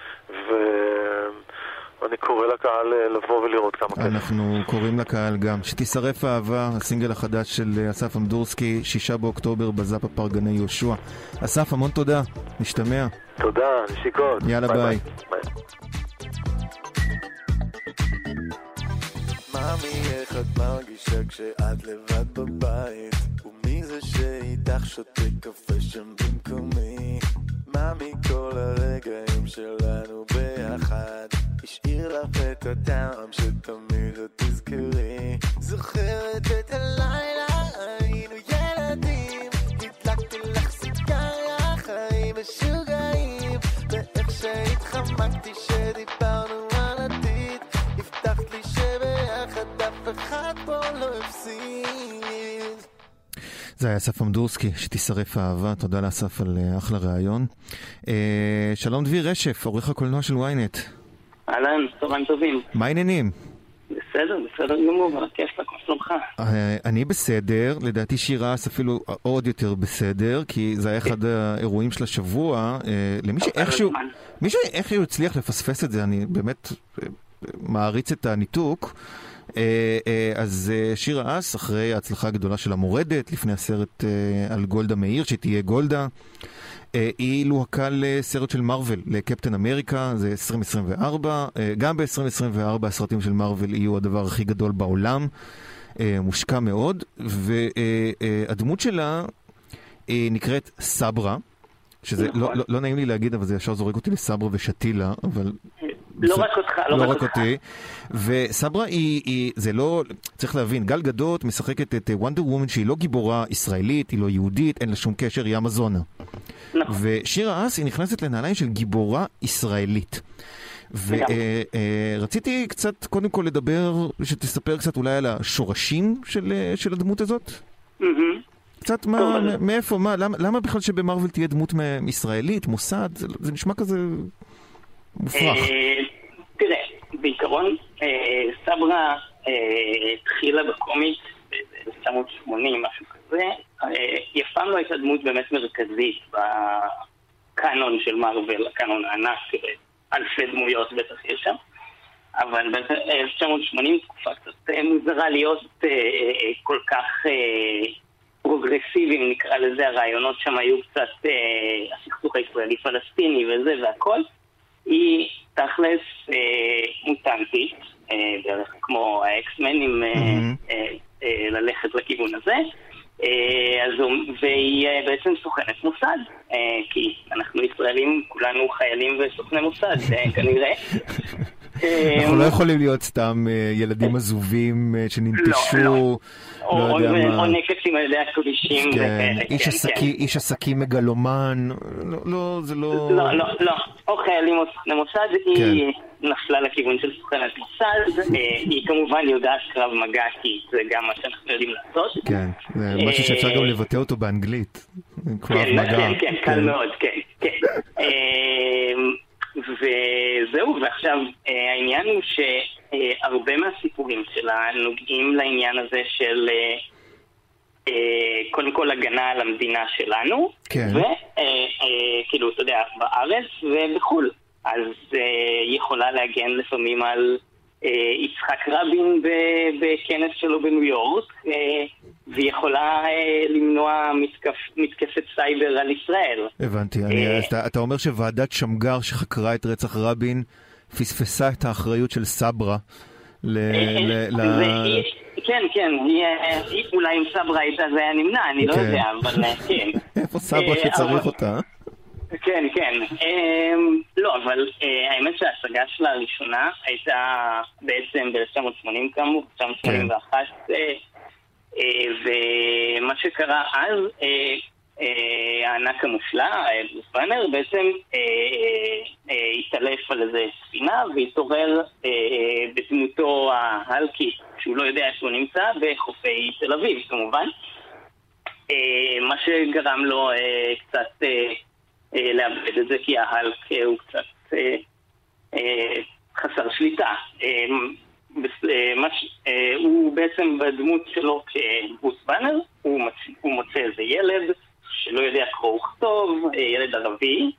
ואני קורא לקהל לבוא ולראות כמה כיף. אנחנו קוראים לקהל גם. שתשרף האהבה, הסינגל החדש של אסף אמדורסקי, שישה באוקטובר בזאפ הפארק גני יהושע. אסף, המון תודה, נשתמע. תודה, נשיקות. יאללה, ביי. ממי, איך את מרגישה כשאת לבד בבית? ומי זה שאיתך שותה קפה שם במקומי? ממי, כל הרגעים שלנו ביחד השאיר לך את הטעם שתמיד את תזכרי. זוכרת את הלילה, היינו ילדים, הדלקתי לך סיגריה, חיים משוגעים, ואיך שהתחמקתי שדיברנו על עתיד, הבטחת לי שביחד אף אחד פה לא הפסיד. זה היה אסף אמדורסקי, שתשרף האהבה. תודה לאסף על אחלה רעיון. אה, שלום דביר רשף, עורך הקולנוע של וויינט. אהלן, צהריים טובים. מה העניינים? בסדר, בסדר גמור, אבל כיף לך, כמו שלומך. אה, אני בסדר, לדעתי שירה אפילו עוד יותר בסדר, כי זה היה אחד האירועים של השבוע. אה, למי שאיכשהו, מי שאיכשהו הצליח לפספס את זה, אני באמת אה, מעריץ את הניתוק. אז שירה אס, אחרי ההצלחה הגדולה של המורדת, לפני הסרט על גולדה מאיר, שתהיה גולדה, היא לוהקה לסרט של מרוול, לקפטן אמריקה, זה עשרים עשרים וארבע. גם ב-עשרים עשרים וארבע הסרטים של מרוול יהיו הדבר הכי גדול בעולם, מושקע מאוד, והדמות שלה נקראת סברה, שזה לא, לא, לא נעים לי להגיד, אבל זה ישר זורק אותי לסברה ושתילה, אבל... לא רק אותך, לא, לא רק רק אותי. וסברה היא, היא, זה לא, צריך להבין, גל גדות משחקת את וונדר וומן שהיא לא גיבורה ישראלית, היא לא יהודית, אין לה שום קשר, היא אמזונה. נכון. ושירה אס היא נכנסת לנעליים של גיבורה ישראלית. ורציתי קצת, קודם כל לדבר, שתספר קצת אולי על השורשים של, של הדמות הזאת. קצת מה, מאיפה, מה, למה, למה בכלל שבמרוול תהיה דמות ישראלית, מוסד, זה, זה נשמע כזה... מופרח. תראה, בעיקרון סברה התחילה בקומיקס ב-אלף תשע מאות שמונים, משהו כזה. היא אף פעם לא הייתה דמות באמת מרכזית בקאנון של מרוול, הקאנון הענק, אלפי דמויות בטח יש שם. אבל ב-אלף תשע מאות שמונים תקופה קצת מוזרה להיות כל כך פרוגרסיביים, נקרא לזה. הרעיונות שם היו קצת הסכסוך הישראלי-פלסטיני וזה והכל. היא תכלס אה, מוטנטית, אה, בערך כמו האקסמנים, אה, mm-hmm. אה, אה, ללכת לכיוון הזה, אה, אז, והיא אה, בעצם סוכנת מוסד, אה, כי אנחנו ישראלים, כולנו חיילים וסוכני מוסד, אה, כנראה. אנחנו לא יכולים להיות סתם ילדים עזובים שננטשו, או נקצים על ידי הכבישים. איש עסקים מגלומן, לא, זה לא... לא, לא, לא. או חיילים או סוכני מוסד, היא נפלה לכיוון של סוכנת מוסד, היא כמובן יודעת קרב מגע, כי זה גם מה שאנחנו יודעים לעשות. כן, זה משהו שאפשר גם לבטא אותו באנגלית. קרב מגע. כן, כן, קל מאוד, כן, כן. וזהו, ועכשיו העניין הוא שהרבה מהסיפורים שלה נוגעים לעניין הזה של קודם כל הגנה על המדינה שלנו, וכאילו, אתה יודע, בארץ ובחול. אז היא יכולה להגן לפעמים על יצחק רבין בכנס שלו בניו יורק, והיא יכולה למנוע מתקפת סייבר על ישראל. הבנתי. אתה אומר שוועדת שמגר שחקרה את רצח רבין פספסה את האחריות של סברה ל... כן, כן, אולי עם סברה הייתה זה היה נמנע, אני לא יודע, אבל כן. איפה סברה שצריך אותה? כן, כן. לא, אבל האמת שההשגה שלה הראשונה הייתה בעצם ב-אלף תשע מאות שמונים כאמור, אלף תשע מאות שמונים ואחת, ומה שקרה אז, הענק המופלא, ברוס באנר, בעצם התעלף על איזה ספינה והתעורר בדמותו ההלקית, שהוא לא יודע איפה הוא נמצא, בחופי תל אביב כמובן, מה שגרם לו קצת לאבד את זה, כי ההלק הוא קצת חסר שליטה. הוא בעצם בדמות שלו כברוס באנר, הוא מוצא איזה ילד שלא יודע קרוא וכתוב, ילד ערבי,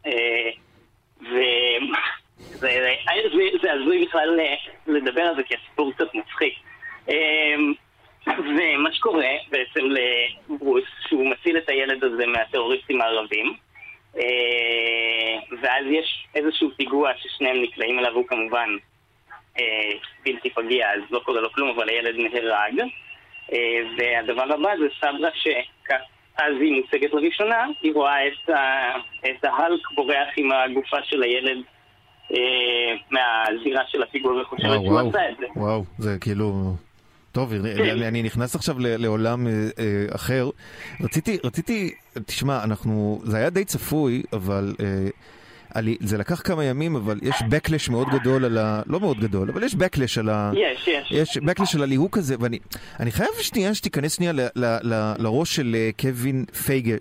וזה עזוי בכלל לדבר על זה, כי הסיפור קצת מצחיק. ומה שקורה בעצם לברוס, שהוא מציל את הילד הזה מהטרוריסטים הערבים, ואז יש איזשהו פיגוע ששניהם נקלעים אליו, הוא כמובן בלתי פגיע, אז לא קורה לו כלום, אבל הילד נהרג. והדבר הבא זה סברה שאז היא מוצגת לראשונה, היא רואה את, ה... את ההלק בורח עם הגופה של הילד מהזירה של הפיגוע, וחושבת שהוא עשה את זה. וואו, זה כאילו... טוב, אני נכנס עכשיו לעולם אחר. רציתי, רציתי, תשמע, אנחנו, זה היה די צפוי, אבל זה לקח כמה ימים, אבל יש בקלש מאוד גדול על ה... לא מאוד גדול, אבל יש בקלש על ה... יש, יש. יש בקלש על הליהוק הזה, ואני אני חייב שנייה שתיכנס שנייה לראש של קווין פייגה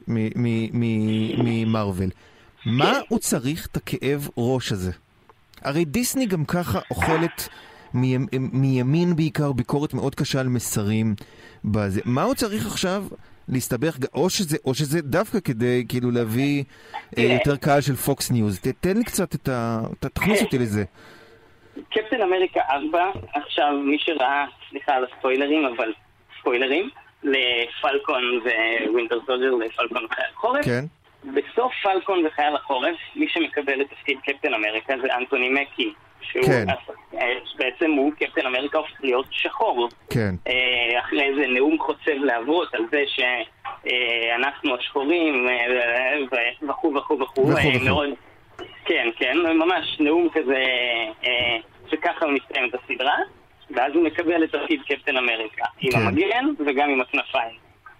ממרוול. מה הוא צריך את הכאב ראש הזה? הרי דיסני גם ככה אוכלת... מימין בעיקר ביקורת מאוד קשה על מסרים בזה. מה הוא צריך עכשיו להסתבך, או שזה, או שזה דווקא כדי כאילו להביא יותר קהל של פוקס ניוז? תתן לי קצת את ה... תכניס אותי לזה. קפטן אמריקה ארבע, עכשיו מי שראה, סליחה על הספוילרים, אבל ספוילרים, לפלקון ווינטר סולג'ר, לפלקון וחייל החורף. כן. בסוף פלקון וחייל החורף, מי שמקבל את תפקיד קפטן אמריקה זה אנטוני מקי. שהוא כן. בעצם הוא קפטן אמריקה הופך להיות שחור. כן. אחרי איזה נאום חוצב להבות על זה שאנחנו השחורים וכו' וכו' וכו'. מאוד... כן, כן, ממש נאום כזה שככה הוא מסיים את הסדרה, ואז הוא מקבל את תפקיד קפטן אמריקה עם כן. המגן וגם עם הכנפיים.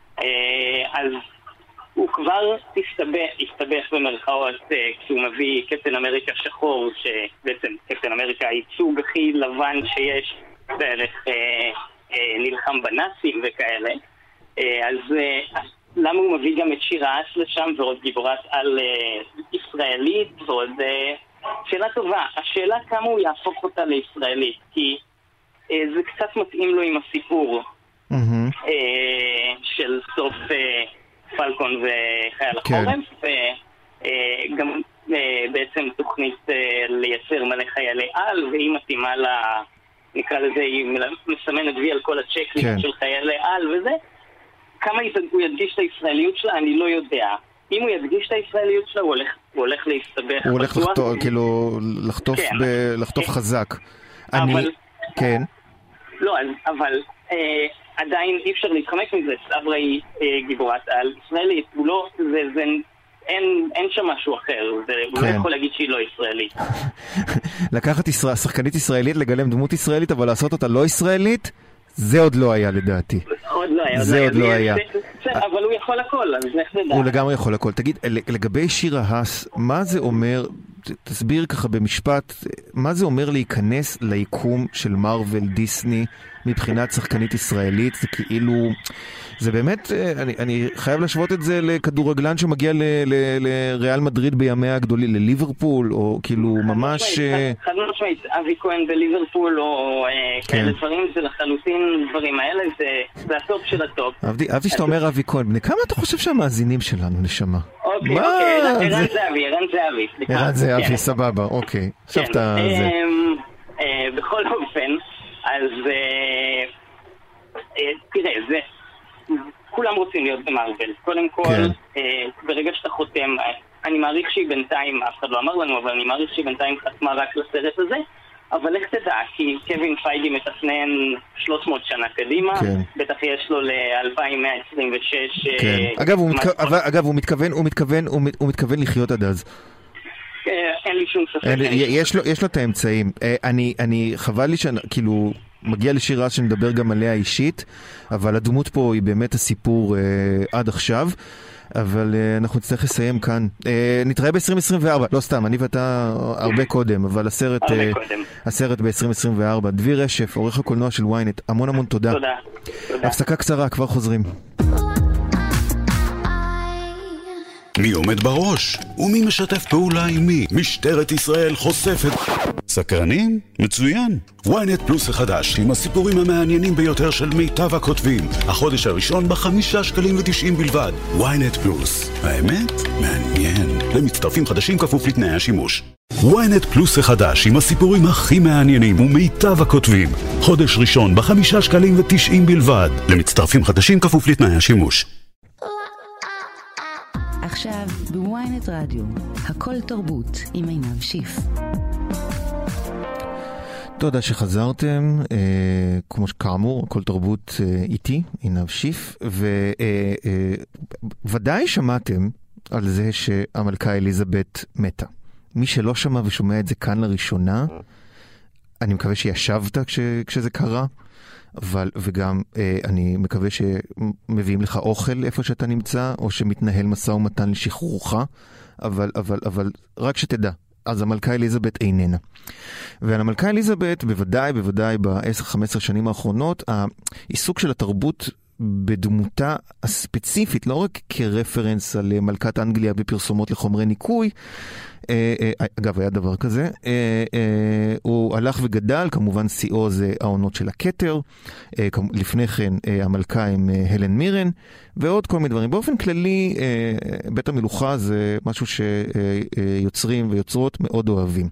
אז הוא כבר הסתבך, הסתבך במרכאות כשהוא מביא קפטן אמריקה שחור, שבעצם קפטן אמריקה הייצוג הכי לבן שיש בערך אה, אה, נלחם בנאצים וכאלה. אה, אז אה, למה הוא מביא גם את שירה אס לשם ועוד גיבורת על אה, ישראלית ועוד... אה, שאלה טובה, השאלה כמה הוא יהפוך אותה לישראלית, כי אה, זה קצת מתאים לו עם הסיפור mm-hmm. אה, של סוף... אה, פלקון וחייל החורף, וגם בעצם תוכנית לייצר מלא חיילי על, והיא מתאימה לה, נקרא לזה, היא מסמנת וי על כל הצ'קליסט של חיילי על וזה. כמה הוא ידגיש את הישראליות שלה, אני לא יודע. אם הוא ידגיש את הישראליות שלה, הוא הולך להסתבך. הוא הולך כאילו לחטוף חזק. אבל... כן. לא, אבל... עדיין אי אפשר להתחמק מזה, סברה היא גיבורת על ישראלית, הוא לא, זה, זה, אין, אין שם משהו אחר, זה, הוא לא יכול להגיד שהיא לא ישראלית. לקחת ישראל, שחקנית ישראלית, לגלם דמות ישראלית, אבל לעשות אותה לא ישראלית, זה עוד לא היה לדעתי. עוד לא היה. זה עוד לא היה. אבל הוא יכול הכל, אז איך נדע? הוא לגמרי יכול הכל. תגיד, לגבי שירה האס, מה זה אומר תסביר ככה במשפט, מה זה אומר להיכנס ליקום של מרוול דיסני מבחינת שחקנית ישראלית? זה כאילו, זה באמת, אני, אני חייב להשוות את זה לכדורגלן שמגיע ל, ל, לריאל מדריד בימיה הגדולים, לליברפול, או כאילו ממש... חד משמעית, אבי כהן בליברפול, או כאלה דברים, זה לחלוטין דברים האלה, זה הטופ של הטופ. אהבתי שאתה אומר אבי כהן, בני כמה אתה חושב שהמאזינים שלנו, נשמה? אוקיי, אוקיי, ערן זהבי, ערן זהבי. ערן זהבי, סבבה, אוקיי. עכשיו אתה... בכל אופן, אז תראה, זה... כולם רוצים להיות במרוול. קודם כל, ברגע שאתה חותם, אני מעריך שהיא בינתיים, אף אחד לא אמר לנו, אבל אני מעריך שהיא בינתיים חתמה רק לסרט הזה, אבל איך תדע, כי קווין פייגי מתכנן שלוש מאות שנה קדימה, בטח יש לו ל-אלפיים מאה עשרים ושש... אגב, הוא מתכוון, הוא מתכוון, הוא מתכוון לחיות עד אז. אין לי שום ספק. יש לו את האמצעים. אני, חבל לי שכאילו... מגיע לשירה שנדבר גם עליה אישית, אבל הדמות פה היא באמת הסיפור אה, עד עכשיו, אבל אה, אנחנו נצטרך לסיים כאן. אה, נתראה ב-עשרים עשרים וארבע, לא סתם, אני ואתה הרבה קודם, אבל הסרט, אה, הסרט ב-עשרים עשרים וארבע. דביר רשף, עורך הקולנוע של וויינט, המון המון תודה. תודה. תודה. הפסקה קצרה, כבר חוזרים. מי עומד בראש? ומי משתף פעולה עם מי? משטרת ישראל חושפת... סקרנים? מצוין. וויינט פלוס החדש, עם הסיפורים המעניינים ביותר של מיטב הכותבים. החודש הראשון בחמישה שקלים ותשעים בלבד. וויינט פלוס. האמת? מעניין. למצטרפים חדשים כפוף לתנאי השימוש. וויינט פלוס החדש, עם הסיפורים הכי מעניינים ומיטב הכותבים. חודש ראשון בחמישה שקלים ותשעים בלבד. למצטרפים חדשים כפוף לתנאי השימוש. עכשיו בוויינט רדיו, הכל תרבות עם עינב שיף. תודה שחזרתם, אה, כמו שכאמור, הכל תרבות אה, איתי, עינב שיף, וודאי אה, אה, שמעתם על זה שהמלכה אליזבת מתה. מי שלא שמע ושומע את זה כאן לראשונה, אני מקווה שישבת כש, כשזה קרה, אבל, וגם אה, אני מקווה שמביאים לך אוכל איפה שאתה נמצא, או שמתנהל משא ומתן לשחרורך, אבל, אבל, אבל רק שתדע, אז המלכה אליזבת איננה. ועל המלכה אליזבת, בוודאי, בוודאי, ב-עשר חמש עשרה שנים האחרונות, העיסוק של התרבות בדמותה הספציפית, לא רק כרפרנס על מלכת אנגליה בפרסומות לחומרי ניקוי, אגב, היה דבר כזה, הוא הלך וגדל, כמובן שיאו זה העונות של הכתר, לפני כן המלכה עם הלן מירן, ועוד כל מיני דברים. באופן כללי, בית המלוכה זה משהו שיוצרים ויוצרות מאוד אוהבים.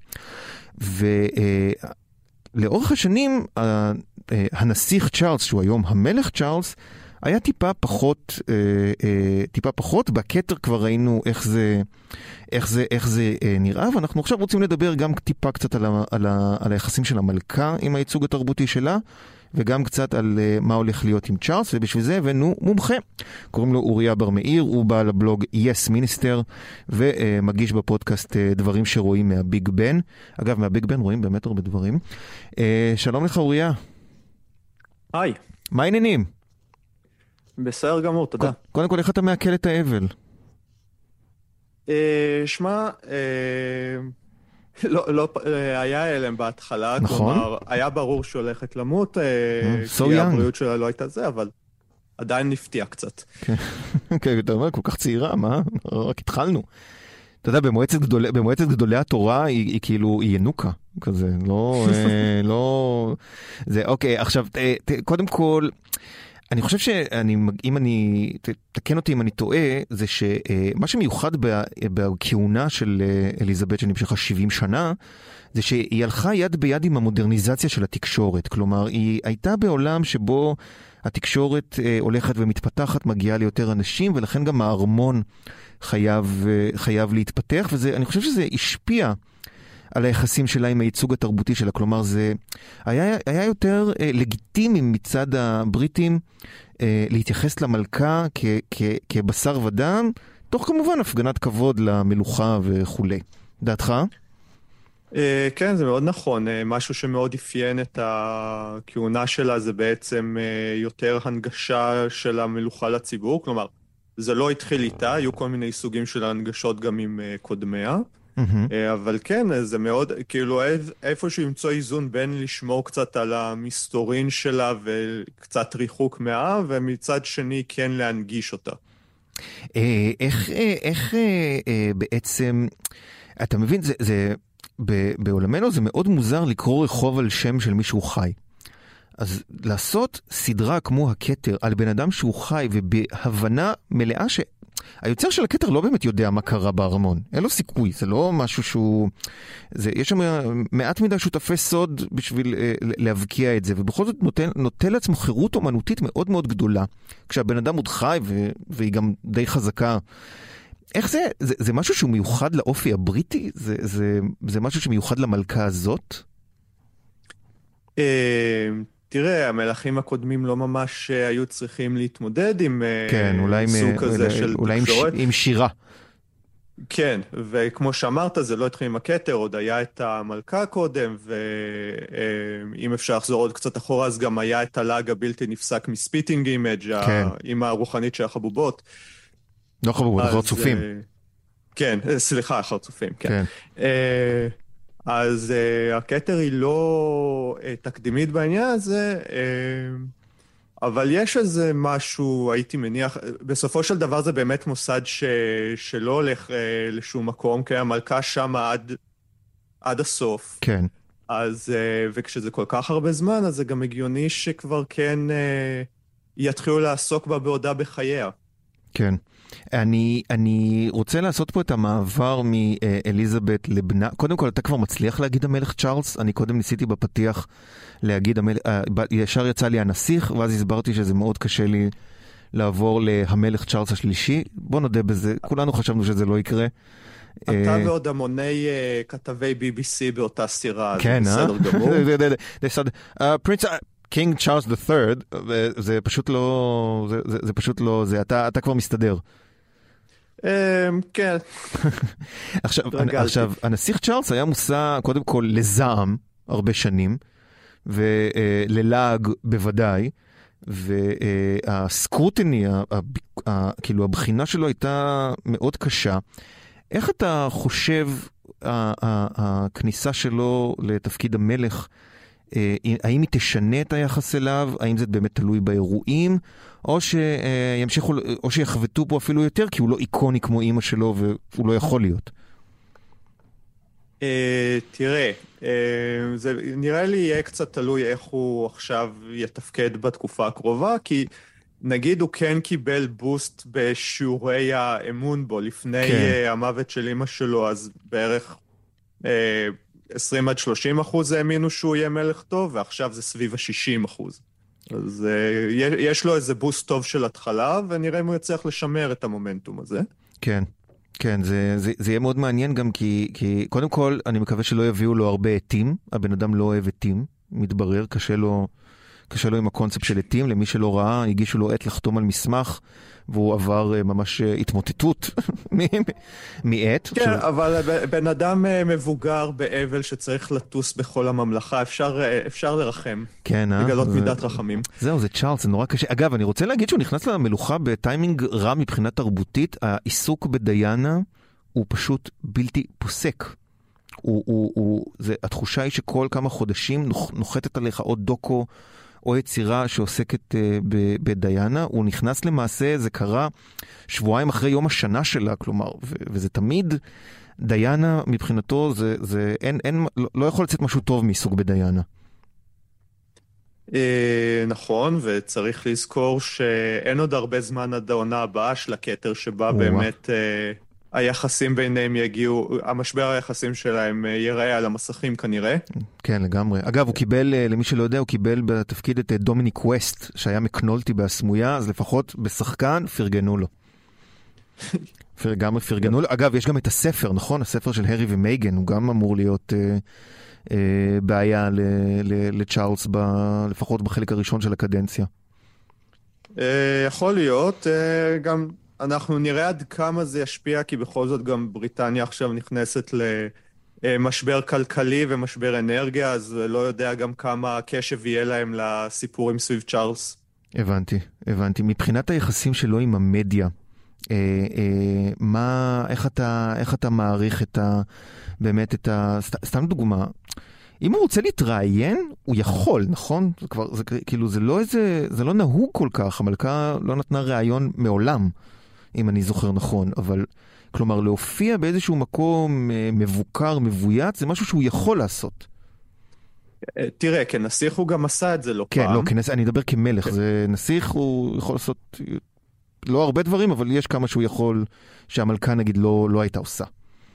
ולאורך השנים, הנסיך צ'ארלס, שהוא היום המלך צ'ארלס, היה טיפה פחות, טיפה פחות, בכתר כבר ראינו איך זה, איך זה, איך זה נראה, ואנחנו עכשיו רוצים לדבר גם טיפה קצת על, ה, על, ה, על היחסים של המלכה עם הייצוג התרבותי שלה, וגם קצת על מה הולך להיות עם צ'ארלס, ובשביל זה הבאנו מומחה. קוראים לו אוריה בר מאיר, הוא בעל הבלוג Yes Minister, ומגיש בפודקאסט דברים שרואים מהביג בן. אגב, מהביג בן רואים באמת הרבה דברים. שלום לך אוריה. היי. מה העניינים? בסדר גמור, תודה. קודם כל, איך אתה מעכל את האבל? שמע, לא היה אלם בהתחלה, כלומר, היה ברור שהולכת למות, כי הבריאות שלה לא הייתה זה, אבל עדיין נפתיע קצת. כן, אתה אומר, כל כך צעירה, מה? רק התחלנו. אתה יודע, במועצת גדולי התורה היא כאילו, היא ינוקה, כזה, לא, לא, זה, אוקיי, עכשיו, קודם כל, אני חושב שאם אני, תקן אותי אם אני טועה, זה שמה שמיוחד בכהונה של אליזבת שנמשכה שבעים שנה, זה שהיא הלכה יד ביד עם המודרניזציה של התקשורת. כלומר, היא הייתה בעולם שבו התקשורת הולכת ומתפתחת, מגיעה ליותר אנשים, ולכן גם הארמון חייב, חייב להתפתח, ואני חושב שזה השפיע על היחסים שלה עם הייצוג התרבותי שלה. כלומר, זה היה, היה יותר אה, לגיטימי מצד הבריטים אה, להתייחס למלכה כ, כ, כבשר ודם, תוך כמובן הפגנת כבוד למלוכה וכו'. דעתך? אה, כן, זה מאוד נכון. אה, משהו שמאוד אפיין את הכהונה שלה זה בעצם אה, יותר הנגשה של המלוכה לציבור. כלומר, זה לא התחיל איתה, היו כל מיני סוגים של הנגשות גם עם אה, קודמיה. אבל כן, זה מאוד, כאילו איפשהו למצוא איזון בין לשמור קצת על המסתורין שלה וקצת ריחוק מהעם, ומצד שני כן להנגיש אותה. איך, איך בעצם, אתה מבין, זה, זה, בעולמנו זה מאוד מוזר לקרוא רחוב על שם של מישהו חי. אז לעשות סדרה כמו הכתר על בן אדם שהוא חי ובהבנה מלאה שהיוצר של הכתר לא באמת יודע מה קרה בארמון. אין לו סיכוי, זה לא משהו שהוא... זה, יש שם מעט מדי שותפי סוד בשביל אה, להבקיע את זה, ובכל זאת נותן, נותן לעצמו חירות אומנותית מאוד מאוד גדולה. כשהבן אדם עוד חי ו, והיא גם די חזקה. איך זה? זה, זה משהו שהוא מיוחד לאופי הבריטי? זה, זה, זה משהו שמיוחד למלכה הזאת? תראה, המלכים הקודמים לא ממש היו צריכים להתמודד עם כן, אולי סוג מ... כזה של אולי תקשורת. עם שירה. כן, וכמו שאמרת, זה לא התחיל עם הכתר, עוד היה את המלכה קודם, ואם אפשר לחזור עוד קצת אחורה, אז גם היה את הלאג הבלתי נפסק מספיטינג אימג' כן. האמא הרוחנית של החבובות. לא חבובות, החרצופים. כן, סליחה, החרצופים, כן. כן. אז uh, הכתר היא לא uh, תקדימית בעניין הזה, uh, אבל יש איזה משהו, הייתי מניח, בסופו של דבר זה באמת מוסד ש, שלא הולך uh, לשום מקום, כי המלכה שם עד, עד הסוף. כן. אז, uh, וכשזה כל כך הרבה זמן, אז זה גם הגיוני שכבר כן uh, יתחילו לעסוק בה בעודה בחייה. כן. אני, אני רוצה לעשות פה את המעבר מאליזבת לבנה. קודם כל, אתה כבר מצליח להגיד המלך צ'ארלס? אני קודם ניסיתי בפתיח להגיד, המלך, ישר יצא לי הנסיך, ואז הסברתי שזה מאוד קשה לי לעבור להמלך צ'ארלס השלישי. בוא נודה בזה, כולנו חשבנו שזה לא יקרה. אתה ועוד המוני כתבי בי בי סי באותה סירה, כן, זה בסדר גמור. פרינס... קינג צ'ארלס דה ת'רד, זה פשוט לא, זה, זה, זה פשוט לא, זה, אתה, אתה כבר מסתדר. כן. עכשיו, עכשיו, הנסיך צ'ארלס היה מושא, קודם כל, לזעם, הרבה שנים, וללעג בוודאי, והסקרוטיני, כאילו, הבחינה שלו הייתה מאוד קשה. איך אתה חושב, הכניסה שלו לתפקיד המלך, האם היא תשנה את היחס אליו? האם זה באמת תלוי באירועים? או שימשכו, או שיחבטו פה אפילו יותר, כי הוא לא איקוני כמו אמא שלו, והוא לא יכול להיות. תראה, זה נראה לי יהיה קצת תלוי איך הוא עכשיו יתפקד בתקופה הקרובה, כי נגיד הוא כן קיבל בוסט בשיעורי האמון בו, לפני המוות של אמא שלו, אז בערך... עשרים עד שלושים אחוז האמינו שהוא יהיה מלך טוב, ועכשיו זה סביב ה-שישים אחוז. אז uh, יש לו איזה בוסט טוב של התחלה, ונראה אם הוא יצליח לשמר את המומנטום הזה. כן, כן, זה, זה, זה יהיה מאוד מעניין גם כי, כי, קודם כל, אני מקווה שלא יביאו לו הרבה עתים, הבן אדם לא אוהב עתים, מתברר, קשה לו, קשה לו עם הקונספט של עתים, למי שלא ראה, הגישו לו עת לחתום על מסמך, והוא עבר ממש התמוטטות מעט. כן, אבל בן אדם מבוגר באבל שצריך לטוס בכל הממלכה, אפשר לרחם. כן, אה? לגלות מידת רחמים. זהו, זה צ'ארלס, זה נורא קשה. אגב, אני רוצה להגיד שהוא נכנס למלוכה בטיימינג רע מבחינה תרבותית. העיסוק בדיינה הוא פשוט בלתי פוסק. התחושה היא שכל כמה חודשים נוחתת עליך עוד דוקו, או יצירה שעוסקת uh, בדיינה, הוא נכנס למעשה, זה קרה שבועיים אחרי יום השנה שלה, כלומר, ו- וזה תמיד, דיינה מבחינתו, זה, זה, אין, אין, לא, לא יכול לצאת משהו טוב מסוג בדיינה. אה, נכון, וצריך לזכור שאין עוד הרבה זמן עד העונה הבאה של הכתר, שבה באמת אה, היחסים ביניהם יגיעו, המשבר היחסים שלהם ייראה על המסכים כנראה. כן, לגמרי. אגב, הוא קיבל, למי שלא יודע, הוא קיבל בתפקיד את דומיניק ווסט, שהיה מקנולטי בהסמויה, אז לפחות בשחקן פרגנו לו. גם פרגנו לו. אגב, יש גם את הספר, נכון? הספר של הרי ומייגן, הוא גם אמור להיות אה, אה, בעיה ל, ל, לצ'ארלס, ב, לפחות בחלק הראשון של הקדנציה. אה, יכול להיות, אה, גם... אנחנו נראה עד כמה זה ישפיע, כי בכל זאת גם בריטניה עכשיו נכנסת למשבר כלכלי ומשבר אנרגיה, אז לא יודע גם כמה קשב יהיה להם לסיפורים סביב צ'ארלס. הבנתי, הבנתי. מבחינת היחסים שלו עם המדיה, אה, אה, מה, איך אתה, איך אתה מעריך את ה, באמת את ה, סת, סתם דוגמה, אם הוא רוצה להתראיין, הוא יכול, נכון? זה כבר, זה, כאילו, זה לא איזה, זה לא נהוג כל כך, המלכה לא נתנה ראיון מעולם, אם אני זוכר נכון, אבל, כלומר, להופיע באיזשהו מקום אה, מבוקר, מבוית, זה משהו שהוא יכול לעשות. תראה, כנסיך הוא גם עשה את זה לא כן, פעם. לא, כנס, אני אדבר כמלך, זה נסיך, הוא יכול לעשות לא הרבה דברים, אבל יש כמה שהוא יכול, שהמלכה נגיד לא, לא הייתה עושה.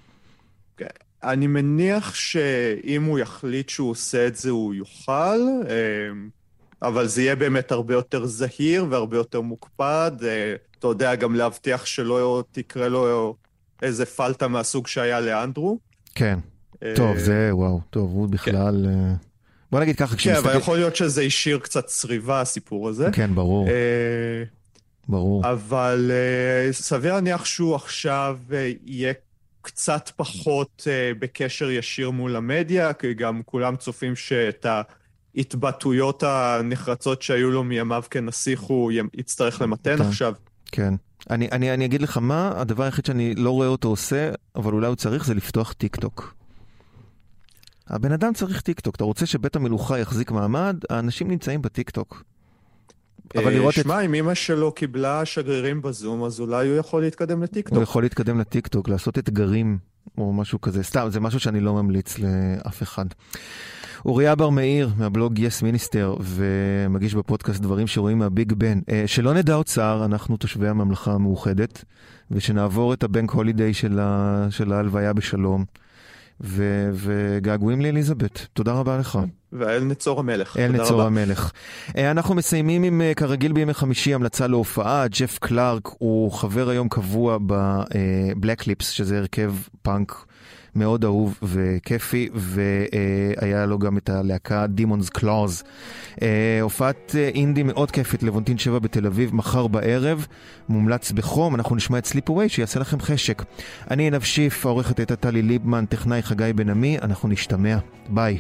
אני מניח שאם הוא יחליט שהוא עושה את זה, הוא יוכל, אבל זה יהיה באמת הרבה יותר זהיר והרבה יותר מוקפד. אתה יודע, גם להבטיח שלא תקרה לו איזה פלטה מהסוג שהיה לאנדרו. כן, טוב, זה וואו, טוב, הוא בכלל... בוא נגיד ככה, כן, אבל יכול להיות שזה השאיר קצת צריבה, הסיפור הזה. כן, ברור. ברור. אבל סביר להניח שהוא עכשיו יהיה קצת פחות בקשר ישיר מול המדיה, כי גם כולם צופים שאת ההתבטאויות הנחרצות שהיו לו מימיו כנסיך הוא יצטרך למתן עכשיו. כן. אני, אני, אני אגיד לך מה, הדבר היחיד שאני לא רואה אותו עושה, אבל אולי הוא צריך, זה לפתוח טיק טוק. הבן אדם צריך טיק טוק. אתה רוצה שבית המלוכה יחזיק מעמד, האנשים נמצאים בטיק טוק. אבל לראות את... שמע, אם אמא שלו קיבלה שגרירים בזום, אז אולי הוא יכול להתקדם לטיק טוק. הוא יכול להתקדם לטיק טוק, לעשות אתגרים או משהו כזה. סתם, זה משהו שאני לא ממליץ לאף אחד. אוריה בר מאיר מהבלוג Yes Minister ומגיש בפודקאסט דברים שרואים מהביג בן. שלא נדע אוצר, אנחנו תושבי הממלכה המאוחדת, ושנעבור את הבנק הולידיי של ההלוויה בשלום. ו- וגעגועים לאליזבת. תודה רבה לך. ואל נצור המלך. אל נצור המלך. אנחנו מסיימים עם, כרגיל בימי חמישי, המלצה להופעה. ג'ף קלארק הוא חבר היום קבוע בבלק ליפס, שזה הרכב פאנק מאוד אהוב וכיפי, והיה לו גם את הלהקה Demon's Claws. הופעת אינדי מאוד כיפית, לבונטין שבע בתל אביב, מחר בערב, מומלץ בחום. אנחנו נשמע את Sleep Away, שיעשה לכם חשק. אני עינב שיף, העורכת הייתה טלי ליבמן, טכנאי חגי בן עמי, אנחנו נשתמע. ביי.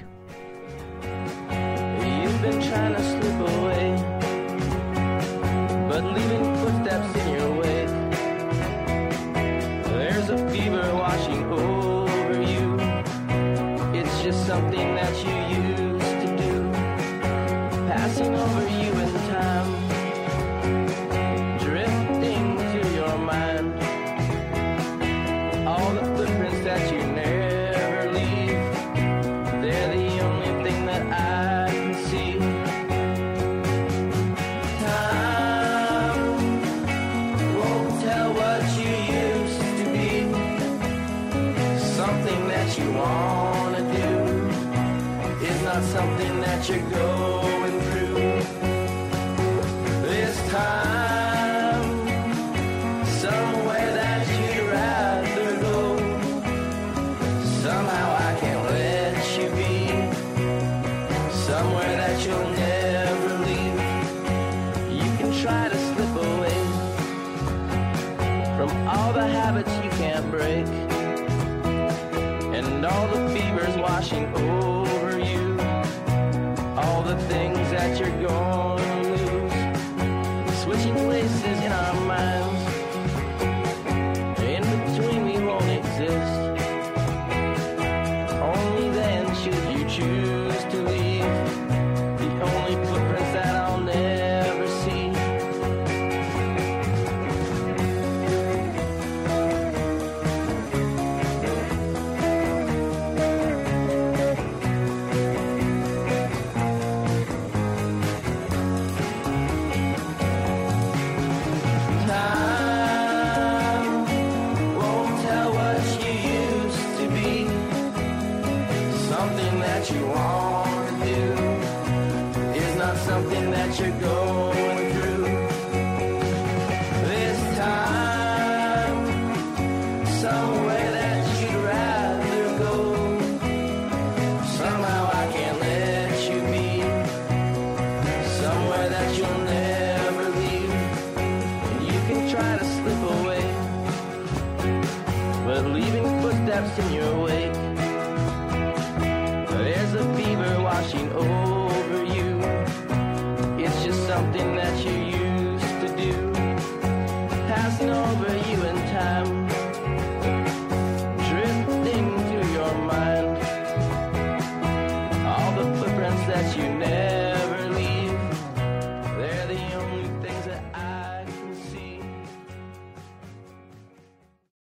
Something that you used to do, passing over you in time, drifting to your mind, all the footprints that you never leave, they're the only thing that I can see. Time won't tell what you used to be, something that you want to do, not something that you're going through this time, somewhere that you'd rather go. Somehow I can't let you be, somewhere that you'll never leave. You can try to slip away from all the habits you can't break, and all the fevers washing over you, all the things that you're going to lose, switching places in our minds, in between we won't exist, only then should you choose to leave, the only footprints that I'll never see. You want to do is not something that you're going through this time, somewhere that you'd rather go. Somehow I can't let you be, somewhere that you'll never leave, and you can try to slip away, but leaving footsteps in your wake. There's a fever washing over you, it's just something that you used to do, passing over you. time, drifting through your mind, all the footprints that you named.